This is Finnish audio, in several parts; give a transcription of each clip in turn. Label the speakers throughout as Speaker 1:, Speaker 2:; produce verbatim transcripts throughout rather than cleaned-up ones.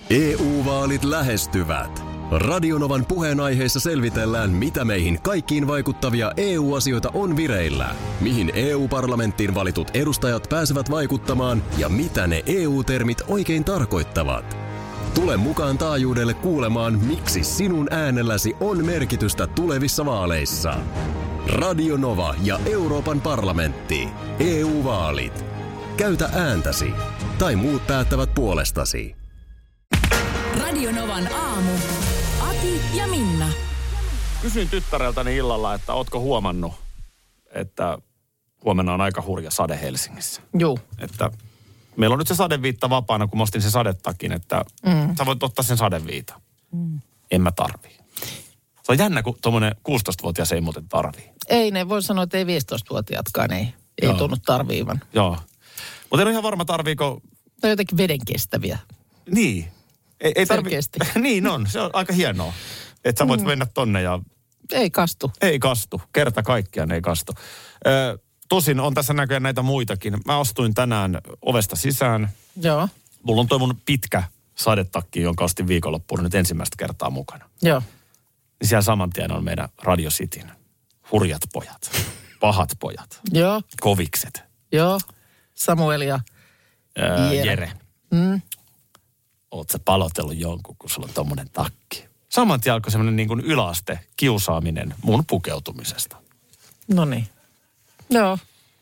Speaker 1: E U-vaalit lähestyvät. Radionovan puheenaiheessa selvitellään, mitä meihin kaikkiin vaikuttavia E U-asioita on vireillä, mihin E U-parlamenttiin valitut edustajat pääsevät vaikuttamaan ja mitä ne E U-termit oikein tarkoittavat. Tule mukaan taajuudelle kuulemaan, miksi sinun äänelläsi on merkitystä tulevissa vaaleissa. Radio Nova ja Euroopan parlamentti. E U-vaalit. Käytä ääntäsi. Tai muut päättävät puolestasi.
Speaker 2: Radio Novan aamu. Ati ja Minna.
Speaker 3: Kysyin tyttäreltäni illalla, että ootko huomannut, että huomenna on aika hurja sade Helsingissä.
Speaker 4: Joo.
Speaker 3: Että meillä on nyt se sadeviitta vapaana, kun mä ostin sen sadetakin, että mm. sä voit ottaa sen sadeviita. Mm. En mä tarvii. Se on jännä, kun tommonen kuusitoistavuotias ei muuten tarvii.
Speaker 4: Ei, ne voi sanoa, että ei viisitoistavuotiaatkaan ei, ei tunnu tarviivan.
Speaker 3: Joo. Mutta en ole ihan varma, tarviiko...
Speaker 4: Tai jotenkin vedenkestäviä.
Speaker 3: Niin. Ei, ei tarvi...
Speaker 4: Selkeästi.
Speaker 3: Niin on, se on aika hienoa. Että sä voit mm. mennä tonne ja...
Speaker 4: Ei kastu.
Speaker 3: Ei kastu. Kerta kaikkiaan ei kastu. Ö, tosin on tässä näköjään näitä muitakin. Mä astuin tänään ovesta sisään.
Speaker 4: Joo.
Speaker 3: Mulla on toi mun pitkä sadetakki, jonka ostin viikonloppuun nyt ensimmäistä kertaa mukana.
Speaker 4: Joo.
Speaker 3: Niin siellä saman tien on meidän Radio Cityn hurjat pojat. Pahat pojat.
Speaker 4: Joo.
Speaker 3: Kovikset.
Speaker 4: Joo. Samuel ja
Speaker 3: öö, Jere. Jere.
Speaker 4: Mm.
Speaker 3: Oot sä palotellut jonkun, kun sulla on tommonen takki? Saman tien alkoi semmoinen niin kuin yläaste kiusaaminen mun pukeutumisesta.
Speaker 4: Noniin. Joo.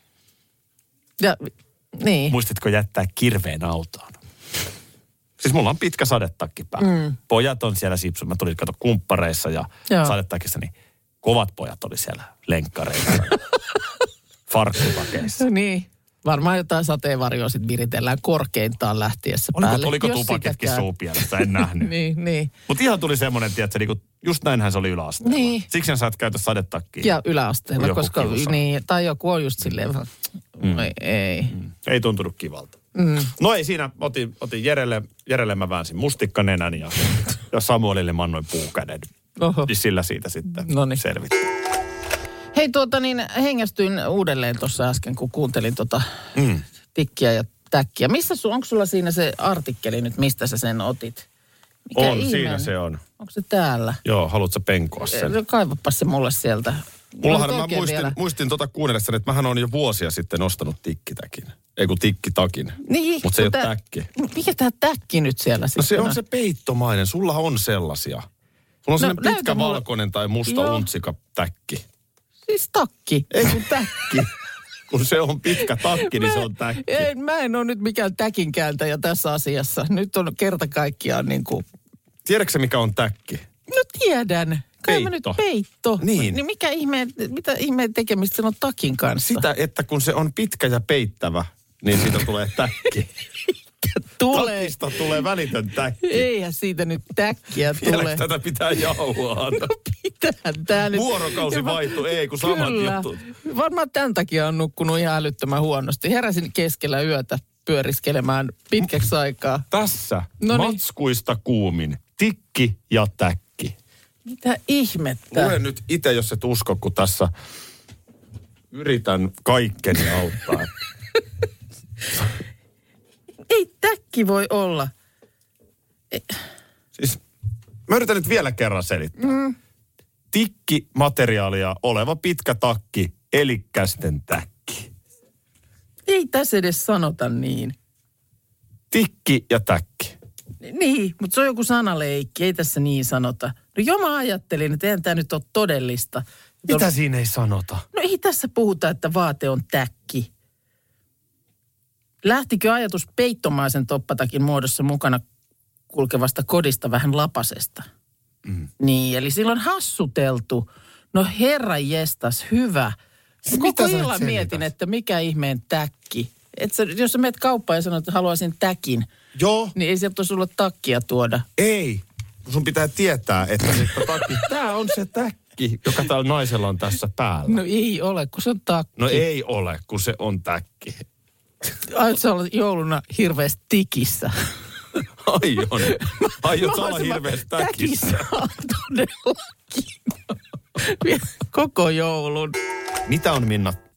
Speaker 4: Ja, niin.
Speaker 3: Muistitko jättää kirveen autoon? Siis mulla on pitkä sadetakki päällä. Mm. Pojat on siellä sipsu. Mä tulin kato kumppareissa ja Joo. sadetakissa, niin kovat pojat oli siellä lenkkareissa. Farkkupakeissa.
Speaker 4: Niin. Varmaan jotain sateenvarjoa sitten viritellään korkeintaan lähtiessä
Speaker 3: oliko,
Speaker 4: päälle.
Speaker 3: Oliko tupaketkin suupielessä? En nähnyt.
Speaker 4: niin, niin.
Speaker 3: Mutta ihan tuli semmoinen, tiedätkö, niin just näinhän se oli yläasteella.
Speaker 4: Niin.
Speaker 3: Siksi sä et käytä sadetakkia.
Speaker 4: Ja yläasteella, koska niin, tai joku on just silleen, mm. ei. Ei.
Speaker 3: Mm. Ei tuntunut kivalta. Mm. No ei siinä, otin, otin Jerelle, Jerelle mä väänsin mustikkanenän ja, ja Samuelille mä annoin puukäden. Oho. Niin sillä siitä sitten selvittiin.
Speaker 4: Hei tuota niin, hengästyin uudelleen tuossa äsken, kun kuuntelin tota mm. tikkiä ja täkkiä. Missä su, onko sulla siinä se artikkeli nyt, mistä sä sen otit? Mikä
Speaker 3: on,
Speaker 4: ihmeen?
Speaker 3: Siinä se on.
Speaker 4: Onko se täällä?
Speaker 3: Joo, haluatko penkoa sen?
Speaker 4: Kaivapas se mulle sieltä.
Speaker 3: Mullahan mä muistin, muistin tota kuunnellessani, että mähän on jo vuosia sitten ostanut tikkitäkin. Ei kun tikkitakin.
Speaker 4: Niin.
Speaker 3: Mutta se ei
Speaker 4: tää,
Speaker 3: ole täkki.
Speaker 4: Mikä tää täkki nyt siellä sitten?
Speaker 3: No se on se peittomainen. Sulla on sellaisia. Sulla on no, sellainen pitkä mulle valkoinen tai musta Joo. untsika täkki.
Speaker 4: Siis takki.
Speaker 3: Ei kun täkki. Kun se on pitkä takki, niin mä, se on täkki.
Speaker 4: Ei, mä en ole nyt mikään täkin kääntäjä tässä asiassa. Nyt on kerta kaikkiaan niin kuin...
Speaker 3: Tiedätkö mikä on täkki?
Speaker 4: No tiedän. Kai mä nyt peitto.
Speaker 3: Niin.
Speaker 4: Niin mikä ihme, mitä ihmeen tekemistä sen on takin kanssa?
Speaker 3: Sitä, että kun se on pitkä ja peittävä, niin siitä tulee täkki.
Speaker 4: Tulee.
Speaker 3: Takista tulee välitön täkki.
Speaker 4: Eihän siitä nyt täkkiä tule.
Speaker 3: Vieläkö tätä pitää jauhaa?
Speaker 4: No pitää tää nyt.
Speaker 3: Vuorokausi vaihtuu, ei kun samat jutut.
Speaker 4: Varmaan tämän takia on nukkunut ihan älyttömän huonosti. Heräsin keskellä yötä pyöriskelemään pitkäksi aikaa.
Speaker 3: Tässä
Speaker 4: Noniin.
Speaker 3: Matskuista kuumin tikki ja täkki.
Speaker 4: Mitä ihmettä?
Speaker 3: Lue nyt itse, jos et usko, kun tässä yritän kaikkeni auttaa.
Speaker 4: Ei täkki voi olla. Ei.
Speaker 3: Siis mä yritän nyt vielä kerran selittää. Mm. Tikkimateriaalia oleva pitkä takki, eli kästen täkki.
Speaker 4: Ei tässä edes sanota niin.
Speaker 3: Tikki ja täkki.
Speaker 4: Niin, mutta se on joku sanaleikki, ei tässä niin sanota. No jo mä ajattelin, että eihän tämä nyt ole todellista.
Speaker 3: Mitä on... siinä ei sanota?
Speaker 4: No ei tässä puhuta, että vaate on täkki. Lähtikö ajatus peittomaisen toppatakin muodossa mukana kulkevasta kodista vähän lapasesta? Mm. Niin, eli silloin hassuteltu. No herra jestas, hyvä. Koko illan mietin, että mikä ihmeen täkki. Et sä, jos sä menet kauppaan ja sanot, että haluaisin täkin,
Speaker 3: Joo.
Speaker 4: niin ei sieltä sulle takkia tuoda.
Speaker 3: Ei. Sun pitää tietää, että se takki, tää on se täkki, joka täällä naisella on tässä päällä.
Speaker 4: No ei ole, kun se on takki.
Speaker 3: No ei ole, kun se on täkki.
Speaker 4: Aiot sä olla jouluna hirveästi tikissä?
Speaker 3: Aion. Aiot sä olla hirveästi täkissä?
Speaker 4: Täkissä todellakin. Koko joulun.
Speaker 3: Mitä on, Minna,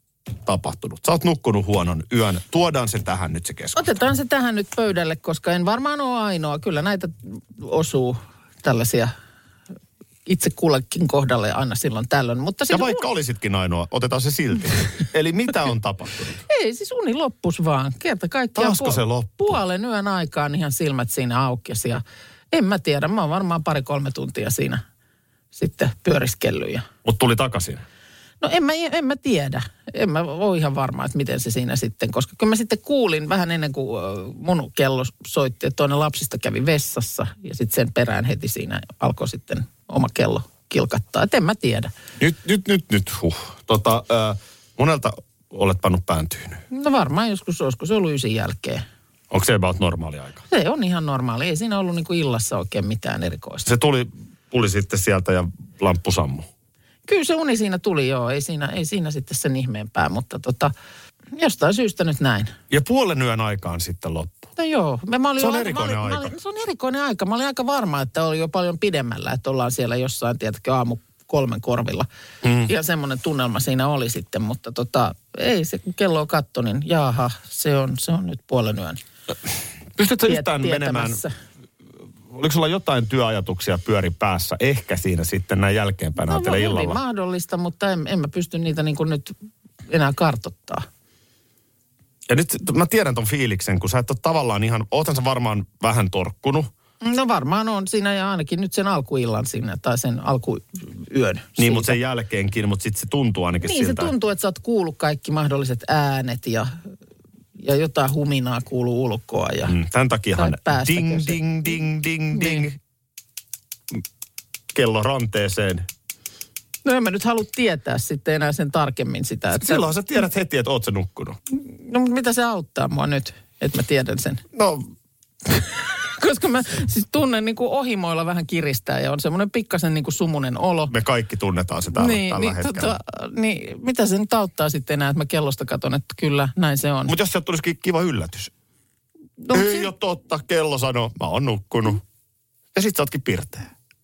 Speaker 3: tapahtunut. Sä oot nukkunut huonon yön. Tuodaan se tähän nyt se keskustelu.
Speaker 4: Otetaan se tähän nyt pöydälle, koska en varmaan ole ainoa. Kyllä näitä osuu tällaisia itse kullekin kohdalle aina silloin tällöin. Mutta siis
Speaker 3: ja vaikka un... olisitkin ainoa, otetaan se silti. Eli mitä on tapahtunut?
Speaker 4: Ei, siis uni loppus vaan. Kerta kaikkiaan
Speaker 3: Taasko se loppu?
Speaker 4: Puolen yön aikaan ihan silmät siinä aukesi. Ja en mä tiedä, mä oon varmaan pari-kolme tuntia siinä sitten pyöriskellyt. Ja...
Speaker 3: Mutta tuli takaisin?
Speaker 4: No en mä, en mä tiedä. En mä ole ihan varma, että miten se siinä sitten, koska kyllä mä sitten kuulin vähän ennen kuin mun kello soitti, että toinen lapsista kävi vessassa ja sitten sen perään heti siinä alkoi sitten oma kello kilkattaa. Että en mä tiedä.
Speaker 3: Nyt, nyt, nyt, nyt, huh. Tota, äh, monelta olet pannut pääntyyn?
Speaker 4: No varmaan joskus, olisiko se ollut ysin jälkeen.
Speaker 3: Onko se about normaali aika?
Speaker 4: Se on ihan normaali. Ei siinä ollut niin kuin illassa oikein mitään erikoista.
Speaker 3: Se tuli, tuli sitten sieltä ja lamppu sammui.
Speaker 4: Kyllä se uni siinä tuli, joo. Ei siinä, ei siinä sitten sen ihmeempää, mutta tota, jostain syystä nyt näin.
Speaker 3: Ja puolen yön aikaan sitten loppu.
Speaker 4: No joo. Mä olin
Speaker 3: se on
Speaker 4: jo,
Speaker 3: erikoinen
Speaker 4: mä olin,
Speaker 3: aika.
Speaker 4: Mä olin, se on erikoinen aika. Mä olin aika varma, että oli jo paljon pidemmällä, että ollaan siellä jossain, tiedätkö, aamu kolmen korvilla. Mm. Ja semmoinen tunnelma siinä oli sitten, mutta tota, ei se, kun kello on katto, niin jaaha, se on, se on nyt puolen yön.
Speaker 3: Pystytkö yhtään menemään, oliko sulla jotain työajatuksia pyöri päässä, ehkä siinä sitten näin jälkeenpäin,
Speaker 4: no,
Speaker 3: no, illalla?
Speaker 4: No mahdollista, mutta en, en mä pysty niitä niin kuin nyt enää kartoittaa.
Speaker 3: Ja nyt mä tiedän ton fiiliksen, kun sä et ole tavallaan ihan, oothan sä varmaan vähän torkkunut.
Speaker 4: No varmaan on siinä ja ainakin nyt sen alkuillan sinne tai sen alkuyön.
Speaker 3: Niin, siitä. Mutta sen jälkeenkin, mutta sitten se tuntuu ainakin
Speaker 4: niin,
Speaker 3: siltä.
Speaker 4: Niin, se tuntuu, että sä oot kuullut kaikki mahdolliset äänet ja, ja jotain huminaa kuuluu ulkoa. Ja
Speaker 3: mm, tämän takiahan ding, ding, ding, ding, ding. Niin. Kello ranteeseen.
Speaker 4: No en mä nyt halua tietää sitten enää sen tarkemmin sitä. Että
Speaker 3: silloin sä tiedät heti, että oot sä nukkunut.
Speaker 4: No mutta mitä se auttaa mua nyt, että mä tiedän sen?
Speaker 3: No...
Speaker 4: Koska mä siis tunnen niin kuin ohimoilla vähän kiristää ja on semmoinen pikkasen niin kuin sumunen olo.
Speaker 3: Me kaikki tunnetaan se täällä
Speaker 4: niin,
Speaker 3: tällä
Speaker 4: niin,
Speaker 3: hetkellä.
Speaker 4: Tota, niin, mitä se nyt auttaa sitten enää, että mä kellosta katon, että kyllä, näin se on.
Speaker 3: Mutta jos sieltä tulisikin kiva yllätys.
Speaker 4: No,
Speaker 3: ei
Speaker 4: se...
Speaker 3: ole totta, kello sanoo, mä oon nukkunut. Ja sit sä ootkin pirteä.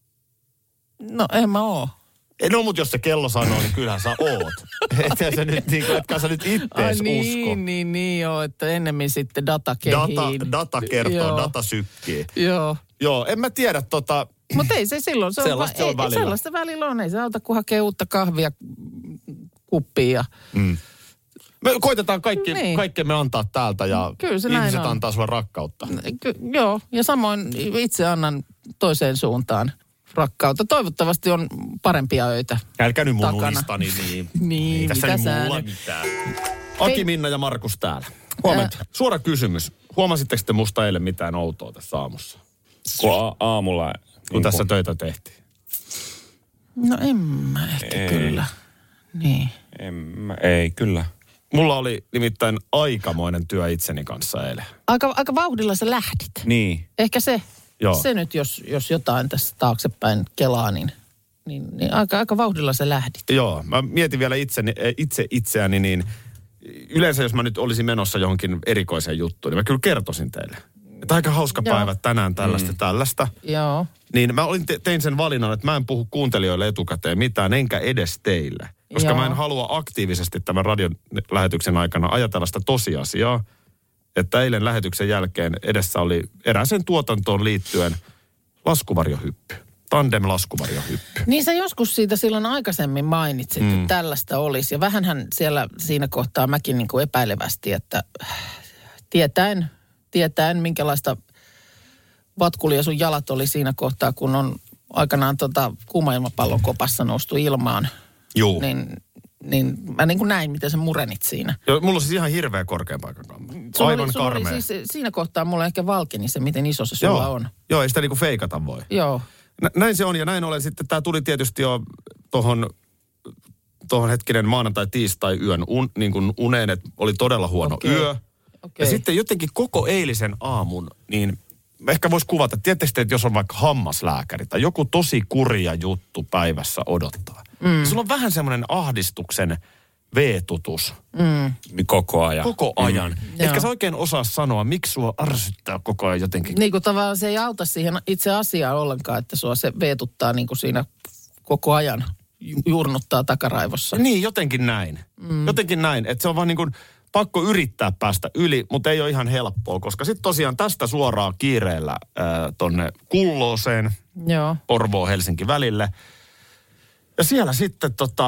Speaker 4: No en mä oo.
Speaker 3: No, mutta jos se kello sanoo, niin kyllähän sä oot. Etkä sä nyt, niin, etkä sä nyt ittees
Speaker 4: niin,
Speaker 3: usko.
Speaker 4: Niin, niin, joo, että ennemmin sitten data kehiin.
Speaker 3: Data, data kertoo, joo. Data sykkii.
Speaker 4: Joo.
Speaker 3: Joo, en mä tiedä tota...
Speaker 4: Mutta ei se silloin, se on,
Speaker 3: sellaista se on välillä.
Speaker 4: Sellaista välillä on, ei se auta, kun hakee uutta kahvia kuppiin ja...
Speaker 3: Mm. Me koitetaan kaikki,
Speaker 4: niin.
Speaker 3: kaikkemme antaa täältä ja ihmiset
Speaker 4: on.
Speaker 3: antaa sulle rakkautta.
Speaker 4: Ky- joo, ja samoin itse annan toiseen suuntaan rakkautta. Toivottavasti on parempia öitä.
Speaker 3: Älkää nyt mun
Speaker 4: takana.
Speaker 3: unistani, niin,
Speaker 4: niin
Speaker 3: ei tässä
Speaker 4: mitä
Speaker 3: mulla
Speaker 4: nyt?
Speaker 3: mitään. Aki, Minna ja Markus täällä. Huomenta. Ää... Suora kysymys. Huomasitteko te musta eilen mitään outoa tässä aamussa?
Speaker 5: Kun a- aamulla...
Speaker 3: Kun niin tässä kun... töitä tehtiin.
Speaker 4: No en mä ehkä ei. Kyllä. Niin.
Speaker 5: En mä, ei, kyllä.
Speaker 3: Mulla oli nimittäin aikamoinen työ itseni kanssa eilen.
Speaker 4: Aika, aika vauhdilla sä lähdit.
Speaker 5: Niin.
Speaker 4: Ehkä se,
Speaker 3: Joo.
Speaker 4: se nyt, jos, jos jotain tässä taaksepäin kelaa, niin, niin, niin aika, aika vauhdilla sä lähdit.
Speaker 3: Joo, mä mietin vielä itseni, itse itseäni, niin yleensä jos mä nyt olisin menossa johonkin erikoiseen juttuun, niin mä kyllä kertoisin teille. Että aika hauska Joo. päivä tänään tällaista mm. tällaista.
Speaker 4: Joo.
Speaker 3: Niin mä olin te, tein sen valinnan, että mä en puhu kuuntelijoille etukäteen mitään, enkä edes teille. Koska Joo. mä en halua aktiivisesti tämän radion lähetyksen aikana ajatella sitä tosiasiaa, että eilen lähetyksen jälkeen edessä oli erääseen tuotantoon liittyen laskuvarjohyppy. Tandem-laskuvarjohyppy.
Speaker 4: Niin sä joskus siitä silloin aikaisemmin mainitsit, mm. että tällaista olisi. Ja vähänhän siellä siinä kohtaa mäkin niin kuin epäilevästi, että tietäen, tietäen minkälaista vatkulia sun jalat oli siinä kohtaa, kun on aikanaan tota kuuma-ilmapallon kopassa noustu ilmaan.
Speaker 3: Juu.
Speaker 4: Niin, niin mä niin kuin näin, miten sä murenit siinä.
Speaker 3: Joo, mulla on siis ihan hirveä korkean paikan kamma. Aivan karmea.
Speaker 4: Siis, siinä kohtaa mulla ehkä valkeni se, miten iso se sulla
Speaker 3: Joo.
Speaker 4: on.
Speaker 3: Joo, ei sitä niinku feikata voi.
Speaker 4: Joo.
Speaker 3: Nä, näin se on ja näin olen sitten. Tämä tuli tietysti jo tohon, tohon hetkinen maanantai-tiistai yön un, niin kuin uneen, että oli todella huono okay. yö. Okay. Ja sitten jotenkin koko eilisen aamun, niin ehkä voisi kuvata, tiedättekö, että jos on vaikka hammaslääkäri tai joku tosi kurja juttu päivässä odottaa. Mm. Sulla on vähän semmoinen ahdistuksen veetutus.
Speaker 4: Mm.
Speaker 5: Koko ajan.
Speaker 3: Koko ajan. Mm. Etkä sä oikein osaa sanoa, miksi sua ärsyttää koko ajan jotenkin.
Speaker 4: Niin kuin tavallaan se ei auta siihen itse asiaan ollenkaan, että sua se veetuttaa niin kuin siinä koko ajan ju- jurnuttaa takaraivossa.
Speaker 3: Niin, jotenkin näin. Mm. Jotenkin näin, että se on vaan niin kuin pakko yrittää päästä yli, mutta ei ole ihan helppoa, koska sitten tosiaan tästä suoraan kiireellä ää, tonne Kullooseen,
Speaker 4: Joo.
Speaker 3: Porvoo Helsinki välille. Ja siellä sitten tota,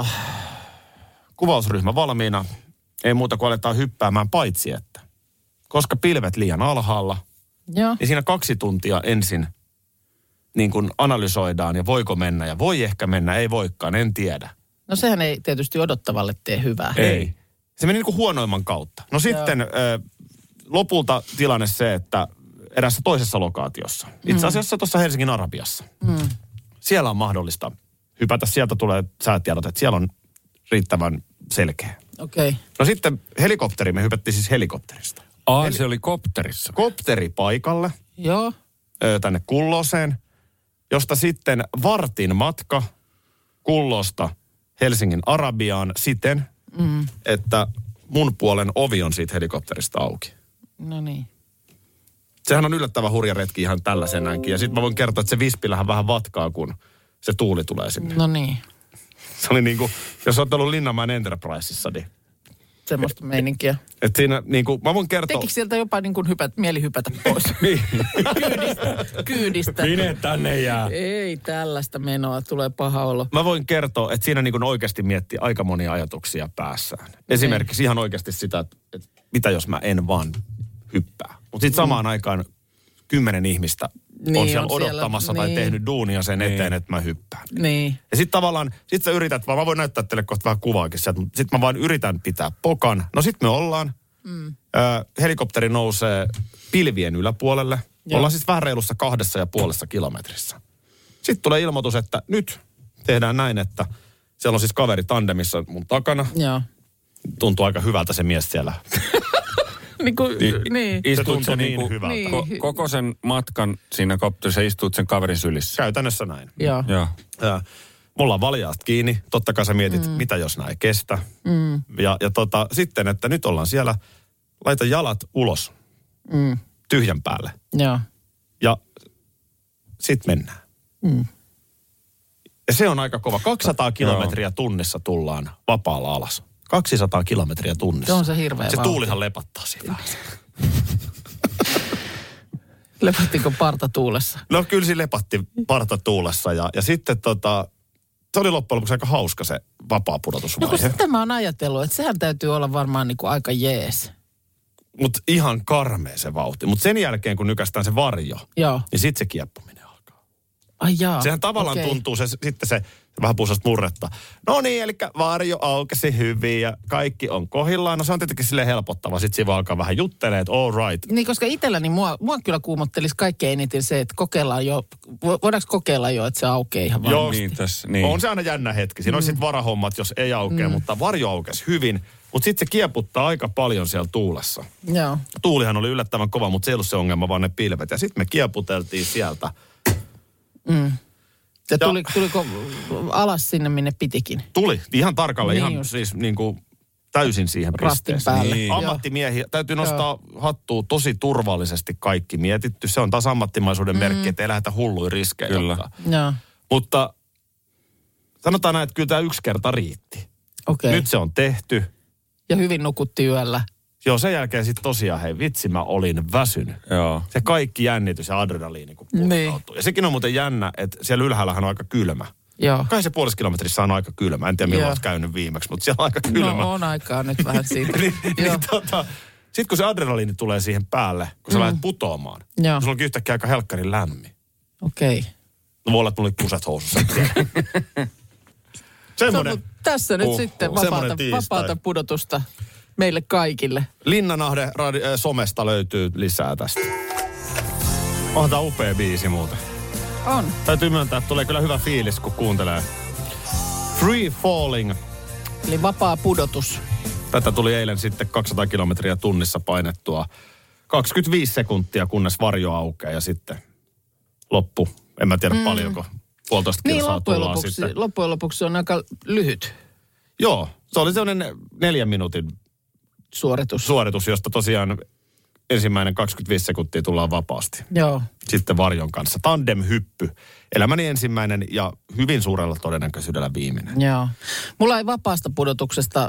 Speaker 3: kuvausryhmä valmiina, ei muuta kuin aletaan hyppäämään, paitsi että koska pilvet liian alhaalla,
Speaker 4: Joo.
Speaker 3: niin siinä kaksi tuntia ensin niin kuin analysoidaan ja voiko mennä ja voi ehkä mennä, ei voikaan, en tiedä.
Speaker 4: No sehän ei tietysti odottavalle tee hyvää.
Speaker 3: Ei. Se meni niin kuin huonoimman kautta. No sitten ö, lopulta tilanne se, että erässä toisessa lokaatiossa, itse asiassa tuossa Helsingin Arabiassa,
Speaker 4: Mm.
Speaker 3: siellä on mahdollista hypätä, sieltä tulee säätiedot, että siellä on riittävän selkeä.
Speaker 4: Okei. Okay.
Speaker 3: No sitten helikopteri, me hypättiin siis helikopterista.
Speaker 5: Ai, se oli kopterissa.
Speaker 3: Kopteri paikalle,
Speaker 4: Joo.
Speaker 3: ö, tänne Kullooseen, josta sitten vartin matka Kullosta Helsingin Arabiaan siten,
Speaker 4: Mm.
Speaker 3: että mun puolen ovi on siitä helikopterista auki.
Speaker 4: No niin.
Speaker 3: Sehän on yllättävän hurja retki ihan tällaisenäänkin. Ja sitten mä voin kertoa, että se Vispillähän vähän vatkaa, kun se tuuli tulee sinne.
Speaker 4: No niin.
Speaker 3: Se oli niin kuin, jos oot ollut Linnanmäen Enterpriseissa, niin
Speaker 4: Semmoista meininkiä.
Speaker 3: että siinä niin kuin, mä voin kertoa.
Speaker 4: Tekikö sieltä jopa niin kuin hypät, mieli hypätä pois? kyydistä. kyydistä.
Speaker 5: Minne tänne jää?
Speaker 4: Ei tällaista menoa, tulee paha olo.
Speaker 3: Mä voin kertoa, että siinä niin kuin oikeasti miettii aika monia ajatuksia päässään. Esimerkiksi ihan oikeasti sitä, että, että mitä jos mä en vaan hyppää. Mutta sitten samaan mm. aikaan kymmenen ihmistä
Speaker 4: Niin,
Speaker 3: on siellä
Speaker 4: on siellä,
Speaker 3: odottamassa tai
Speaker 4: niin.
Speaker 3: tehnyt duunia sen
Speaker 5: Niin.
Speaker 3: eteen, että mä hyppään.
Speaker 4: Niin.
Speaker 3: Ja sitten tavallaan, sit sä yrität, vaan mä voin näyttää teille kohta vähän kuvaakin sieltä, mutta sit mä vaan yritän pitää pokan. No sit me ollaan, mm. ö, helikopteri nousee pilvien yläpuolelle.
Speaker 4: Joo.
Speaker 3: Ollaan siis vähän reilussa kahdessa ja puolessa kilometrissä. Sitten tulee ilmoitus, että nyt tehdään näin, että siellä on siis kaveri tandemissa mun takana.
Speaker 4: Joo.
Speaker 3: Tuntuu aika hyvältä se mies siellä.
Speaker 4: Niin kuin, niin.
Speaker 3: Se
Speaker 5: Istut
Speaker 3: tuntuu
Speaker 5: se
Speaker 3: niin
Speaker 5: niinku,
Speaker 3: hyvältä.
Speaker 4: Niin.
Speaker 5: ko- koko sen matkan siinä kopterissa istut sen kaverin sylissä.
Speaker 3: Käytännössä näin.
Speaker 4: Joo.
Speaker 5: Joo.
Speaker 3: Ja mulla on valjaasta kiinni. Totta kai sä mietit, mm. mitä jos näin kestä.
Speaker 4: Mm.
Speaker 3: Ja, ja tota, sitten, että nyt ollaan siellä, laita jalat ulos
Speaker 4: Mm.
Speaker 3: tyhjän päälle.
Speaker 4: Joo.
Speaker 3: Ja sit mennään.
Speaker 4: Mm.
Speaker 3: Ja se on aika kova. kaksisataa kilometriä tunnissa tullaan vapaalla alas. kaksisataa kilometriä tunnissa.
Speaker 4: Se on se hirveä
Speaker 3: Se
Speaker 4: vauhti.
Speaker 3: tuulihan lepattaa siinä.
Speaker 4: Lepattiko parta tuulessa?
Speaker 3: No kyllä se lepatti parta tuulessa. Ja, ja sitten tota, se oli loppujen lopuksi aika hauska se vapaa
Speaker 4: No kun
Speaker 3: pudotusvaihe.
Speaker 4: sitä mä oon ajatellut, että sehän täytyy olla varmaan niin kuin aika jees.
Speaker 3: Mutta ihan karmea se vauhti. Mutta sen jälkeen, kun nykästään se varjo,
Speaker 4: Joo.
Speaker 3: niin sitten se kieppuminen alkaa.
Speaker 4: Ai jaa.
Speaker 3: Sehän tavallaan
Speaker 4: okei.
Speaker 3: tuntuu se, sitten se vähän puusasta murretta. No niin, eli varjo aukesi hyvin ja kaikki on kohillaan. No se on tietenkin silleen helpottava. Sitten siinä alkaa vähän juttelee, että all right.
Speaker 4: Niin, koska itselläni mua, mua kyllä kuumottelisi kaikkein eniten se, että kokeillaan jo, vo- voidaanko kokeilla jo, että se aukeaa ihan
Speaker 3: Joo.
Speaker 4: varmasti.
Speaker 5: Niin tässä, niin.
Speaker 3: On se aina jännä hetki. Siinä mm. on sitten varahommat, jos ei aukea, mm. mutta varjo aukesi hyvin. Mutta sitten se kieputtaa aika paljon siellä tuulessa.
Speaker 4: Joo.
Speaker 3: Tuulihan oli yllättävän kova, mutta se ei ollut se ongelma, vaan ne pilvet. Ja sitten me kieputeltiin sieltä.
Speaker 4: Mm. Ja
Speaker 3: Ja-
Speaker 4: tuli, tuliko alas sinne, minne pitikin?
Speaker 3: Tuli ihan tarkalle,
Speaker 4: Niin
Speaker 3: ihan
Speaker 4: just.
Speaker 3: siis niin kuin täysin siihen
Speaker 4: Rastin
Speaker 3: pisteeseen.
Speaker 4: päälle.
Speaker 5: Niin.
Speaker 4: Joo.
Speaker 3: Ammattimiehiä, täytyy nostaa hattua tosi turvallisesti kaikki mietitty. Se on taas ammattimaisuuden mm. merkki, että ei lähdetä hulluin riskejä.
Speaker 5: Kyllä.
Speaker 3: ottaa.
Speaker 4: Joo.
Speaker 3: Mutta sanotaan näin, että kyllä tämä yksi kerta riitti.
Speaker 4: Okei.
Speaker 3: Nyt se on tehty.
Speaker 4: Ja hyvin nukutti yöllä.
Speaker 3: Joo, sen jälkeen sitten tosiaan, hei vitsi, mä olin väsynyt.
Speaker 5: Joo.
Speaker 3: Se kaikki jännitys ja adrenaliini, kun purkautuu.
Speaker 4: Niin.
Speaker 3: Ja sekin on muuten jännä, että siellä ylhäällähän on aika kylmä.
Speaker 4: Joo.
Speaker 3: Kai se puolessa kilometrissä on aika kylmä. En tiedä, milloin
Speaker 4: Joo.
Speaker 3: olet käynyt viimeksi, mutta siellä on aika kylmä.
Speaker 4: No on aikaa nyt vähän siitä.
Speaker 3: niin,
Speaker 4: Joo.
Speaker 3: niin, tota, sitten kun se adrenaliini tulee siihen päälle, kun sä mm. lähdet putoamaan,
Speaker 4: Joo.
Speaker 3: niin sulla onkin yhtäkkiä aika helkkarin lämmin.
Speaker 4: Okei. Okay.
Speaker 3: No voi olla, että mulla oli kuset housussa. Semmoinen
Speaker 4: Tässä nyt
Speaker 3: Uhuh.
Speaker 4: sitten
Speaker 3: Semmoinen
Speaker 4: vapaata,
Speaker 3: tiistai.
Speaker 4: vapaata pudotusta meille kaikille.
Speaker 3: Linnanahde radi- äh, somesta löytyy lisää tästä. Onhan tää upea biisi muuten.
Speaker 4: On.
Speaker 3: Täytyy myöntää, että tulee kyllä hyvä fiilis, kun kuuntelee. Free Falling.
Speaker 4: Eli vapaa pudotus.
Speaker 3: Tätä tuli eilen sitten kaksisataa kilometriä tunnissa painettua. kaksikymmentäviisi sekuntia, kunnes varjo aukeaa ja sitten loppu. En mä tiedä mm. paljonko. Puolitoista
Speaker 4: Niin
Speaker 3: kilsaa
Speaker 4: loppujen
Speaker 3: tullaan
Speaker 4: lopuksi,
Speaker 3: sitten.
Speaker 4: loppujen lopuksi se on aika lyhyt
Speaker 3: Joo, se oli sellainen neljän minuutin
Speaker 4: suoritus.
Speaker 3: suoritus, josta tosiaan ensimmäinen kaksikymmentäviisi sekuntia tullaan vapaasti.
Speaker 4: Joo.
Speaker 3: Sitten varjon kanssa. Tandem-hyppy. Elämäni ensimmäinen ja hyvin suurella todennäköisyydellä viimeinen.
Speaker 4: Joo. Mulla ei vapaasta pudotuksesta,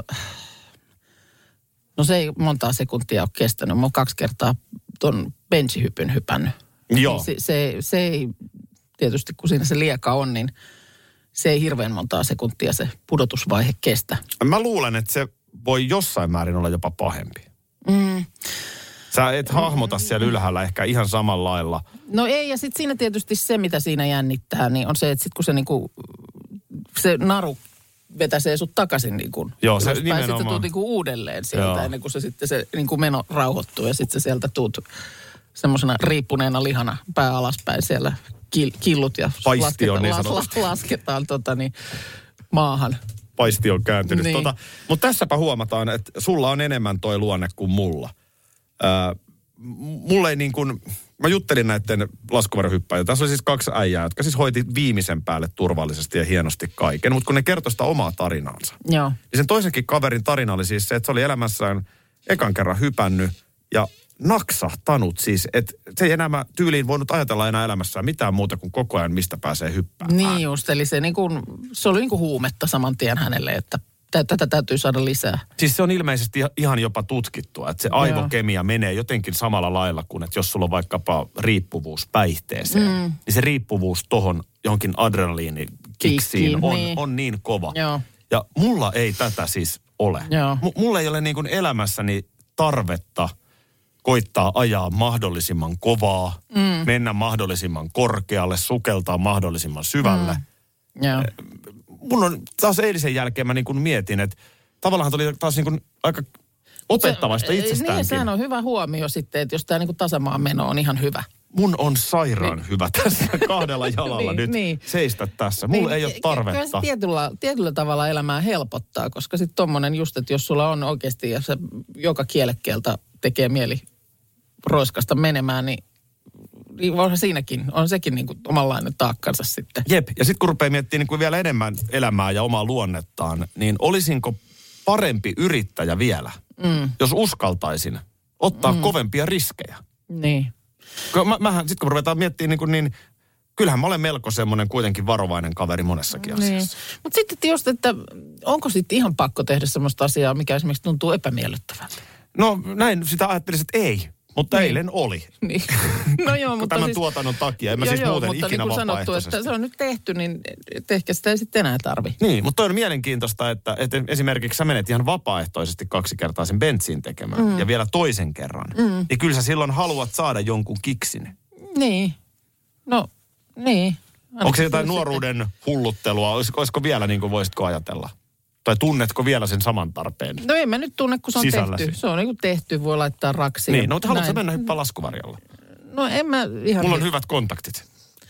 Speaker 4: no se ei montaa sekuntia ole kestänyt. Mä oon kaksi kertaa ton benchihypyn hypännyt.
Speaker 3: Joo.
Speaker 4: Se, se, se ei, tietysti kun siinä se lieka on, niin se ei hirveän montaa sekuntia se pudotusvaihe kestä.
Speaker 3: Mä luulen, että se voi jossain määrin olla jopa pahempi.
Speaker 4: Mm.
Speaker 3: Sä et hahmota siellä ylhäällä ehkä ihan samalla lailla.
Speaker 4: No ei, ja sitten siinä tietysti se, mitä siinä jännittää, niin on se, että sitten kun se niinku, se naru vetäsee sut takaisin niinku.
Speaker 3: Joo, se
Speaker 4: ylöspäin,
Speaker 3: nimenomaan.
Speaker 4: sitten tuut niinku uudelleen sieltä,
Speaker 3: Joo.
Speaker 4: ennen kuin se sitten se niinku meno rauhoittuu, ja sitten se sieltä tuut semmoisena riippuneena lihana pää alaspäin siellä kil, killut ja
Speaker 3: Paisti on niin
Speaker 4: las,
Speaker 3: sanotusti.
Speaker 4: lasketaan tota niin, maahan.
Speaker 3: Paisti on kääntynyt.
Speaker 4: Niin.
Speaker 3: Tota, mutta tässäpä huomataan, että sulla on enemmän toi luonne kuin mulla. Ää, mulle ei niin kuin, mä juttelin näiden laskuvarjohyppäjä. Tässä oli siis kaksi äijää, jotka siis hoiti viimeisen päälle turvallisesti ja hienosti kaiken. Mutta kun ne kertoi sitä omaa tarinaansa.
Speaker 4: Joo.
Speaker 3: Niin sen toisenkin kaverin tarina oli siis se, että se oli elämässään ekan kerran hypännyt ja naksahtanut siis. Että se ei enää tyyliin voinut ajatella enää elämässään mitään muuta kuin koko ajan, mistä pääsee hyppäämään.
Speaker 4: Niin just, eli se, niin kuin, se oli niin kuin huumetta saman tien hänelle, että tätä täytyy saada lisää.
Speaker 3: Siis se on ilmeisesti ihan jopa tutkittua, että se aivokemia menee jotenkin samalla lailla kuin, että jos sulla on vaikkapa riippuvuus päihteeseen, mm. niin se riippuvuus tohon johonkin adrenaliinikiksiin on, niin. on niin kova.
Speaker 4: Joo.
Speaker 3: Ja mulla ei tätä siis ole. M- mulla ei ole niin kuin elämässäni tarvetta koittaa ajaa mahdollisimman kovaa, mm. mennä mahdollisimman korkealle, sukeltaa mahdollisimman syvälle.
Speaker 4: Mm. Joo.
Speaker 3: Mun on taas eilisen jälkeen mä niin kuin mietin, että tavallaan tuli taas niin kuin aika opettavaista itsestäänkin.
Speaker 4: Niin, sehän on hyvä huomio sitten, että jos tämä niin kuin tasamaan meno on ihan hyvä.
Speaker 3: Mun on sairaan niin. hyvä tässä kahdella jalalla
Speaker 4: niin,
Speaker 3: nyt
Speaker 4: niin.
Speaker 3: seistä tässä. Mulla niin, ei ole tarvetta.
Speaker 4: Kyllä se tietyllä, tietyllä tavalla elämää helpottaa, koska sitten tommonen just, että jos sulla on oikeasti ja se joka kielekkeeltä tekee mieli roiskasta menemään, niin onhan siinäkin, on sekin niin kuin omanlainen taakkansa sitten.
Speaker 3: Jep, ja sitten kun rupeaa miettimään niin kuin vielä enemmän elämää ja omaa luonnettaan, niin olisinko parempi yrittäjä vielä, mm. jos uskaltaisin ottaa mm. kovempia riskejä?
Speaker 4: Niin.
Speaker 3: Mä, mähän, sitten kun ruvetaan miettimään, niin, kuin, niin kyllähän mä olen melko semmoinen kuitenkin varovainen kaveri monessakin
Speaker 4: niin.
Speaker 3: asiassa.
Speaker 4: Mutta sitten just, että onko sitten ihan pakko tehdä semmoista asiaa, mikä esimerkiksi tuntuu epämiellyttävältä?
Speaker 3: No näin sitä ajattelisin, että ei. Mutta niin. eilen oli.
Speaker 4: Niin. No joo, mutta
Speaker 3: tämän
Speaker 4: siis,
Speaker 3: tuotannon takia. En mä
Speaker 4: joo,
Speaker 3: siis
Speaker 4: joo,
Speaker 3: muuten
Speaker 4: mutta
Speaker 3: ikinä
Speaker 4: niin kuin sanottu, että se on nyt tehty, niin ehkä sitä ei sitten enää tarvi.
Speaker 3: Niin, mutta on mielenkiintoista, että, että esimerkiksi sä menet ihan vapaaehtoisesti kaksi kertaa sen bensiin tekemään. Mm. Ja vielä toisen kerran. Mm. Niin kyllä sä silloin haluat saada jonkun kiksin.
Speaker 4: Niin. No, niin.
Speaker 3: Ainakin onko se jotain nuoruuden sitten hulluttelua? Olisiko, olisiko vielä niin kuin voisitko ajatella? Tai tunnetko vielä sen saman tarpeen?
Speaker 4: No en mä nyt tunne, kun se on
Speaker 3: sisälläsi
Speaker 4: tehty. Se on niin kuin tehty, voi laittaa raksiin.
Speaker 3: Niin, no mutta haluatko mennä hyppää laskuvarjolla?
Speaker 4: No en mä ihan...
Speaker 3: Mulla on hyvät kontaktit.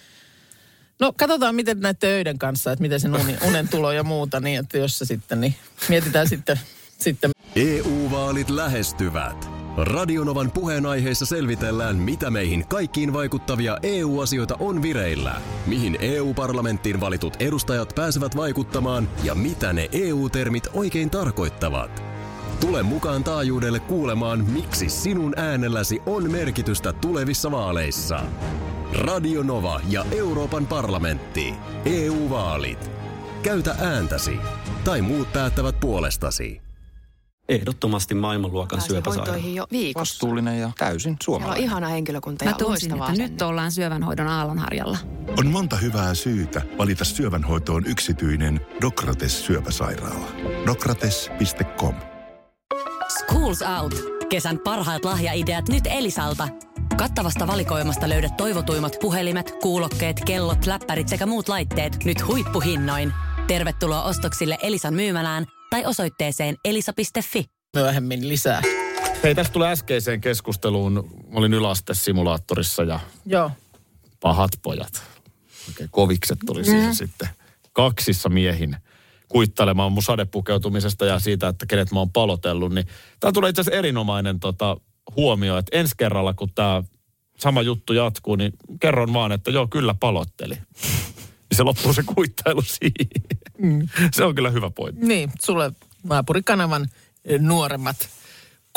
Speaker 4: No katsotaan miten näiden öiden kanssa, että miten sen uni, unen tulo ja muuta, niin että jos se sitten, niin mietitään sitten. sitten.
Speaker 1: E U-vaalit lähestyvät. Radionovan puheenaiheessa selvitellään, mitä meihin kaikkiin vaikuttavia E U-asioita on vireillä, mihin E U-parlamenttiin valitut edustajat pääsevät vaikuttamaan ja mitä ne E U-termit oikein tarkoittavat. Tule mukaan taajuudelle kuulemaan, miksi sinun äänelläsi on merkitystä tulevissa vaaleissa. Radio Nova ja Euroopan parlamentti. E U-vaalit. Käytä ääntäsi. Tai muut päättävät puolestasi.
Speaker 6: Ehdottomasti maailmanluokan syöpäsairaala.
Speaker 7: Jo viikossa.
Speaker 8: Vastuullinen ja täysin suomalainen.
Speaker 7: Meillä on ihana henkilökunta ja
Speaker 9: Mä tunsin, että nyt ollaan syövänhoidon aallonharjalla.
Speaker 10: On monta hyvää syytä valita syövänhoitoon yksityinen Docrates syöpäsairaala. Docrates piste com.
Speaker 11: Schools Out. Kesän parhaat lahjaideat nyt Elisalta. Kattavasta valikoimasta löydät toivotuimmat puhelimet, kuulokkeet, kellot, läppärit sekä muut laitteet nyt huippuhinnoin. Tervetuloa ostoksille Elisan myymälään tai osoitteeseen elisa piste fi.
Speaker 4: Myöhemmin lisää.
Speaker 3: Hei, tästä tulee äskeiseen keskusteluun. Mä olin yläastesimulaattorissa ja
Speaker 4: joo.
Speaker 3: pahat pojat. Oikein kovikset tuli siihen mm. sitten kaksissa miehin kuittelemaan mun sadepukeutumisesta ja siitä, että kenet mä oon palotellut. Niin tää tulee itse asiassa erinomainen tota, huomio, että ensi kerralla kun tää sama juttu jatkuu, niin kerron vaan, että joo, kyllä palotteli. Se loppuu se kuittailu siihen. Mm. Se on kyllä hyvä pointti.
Speaker 4: Niin, sulle naapurikanavan nuoremmat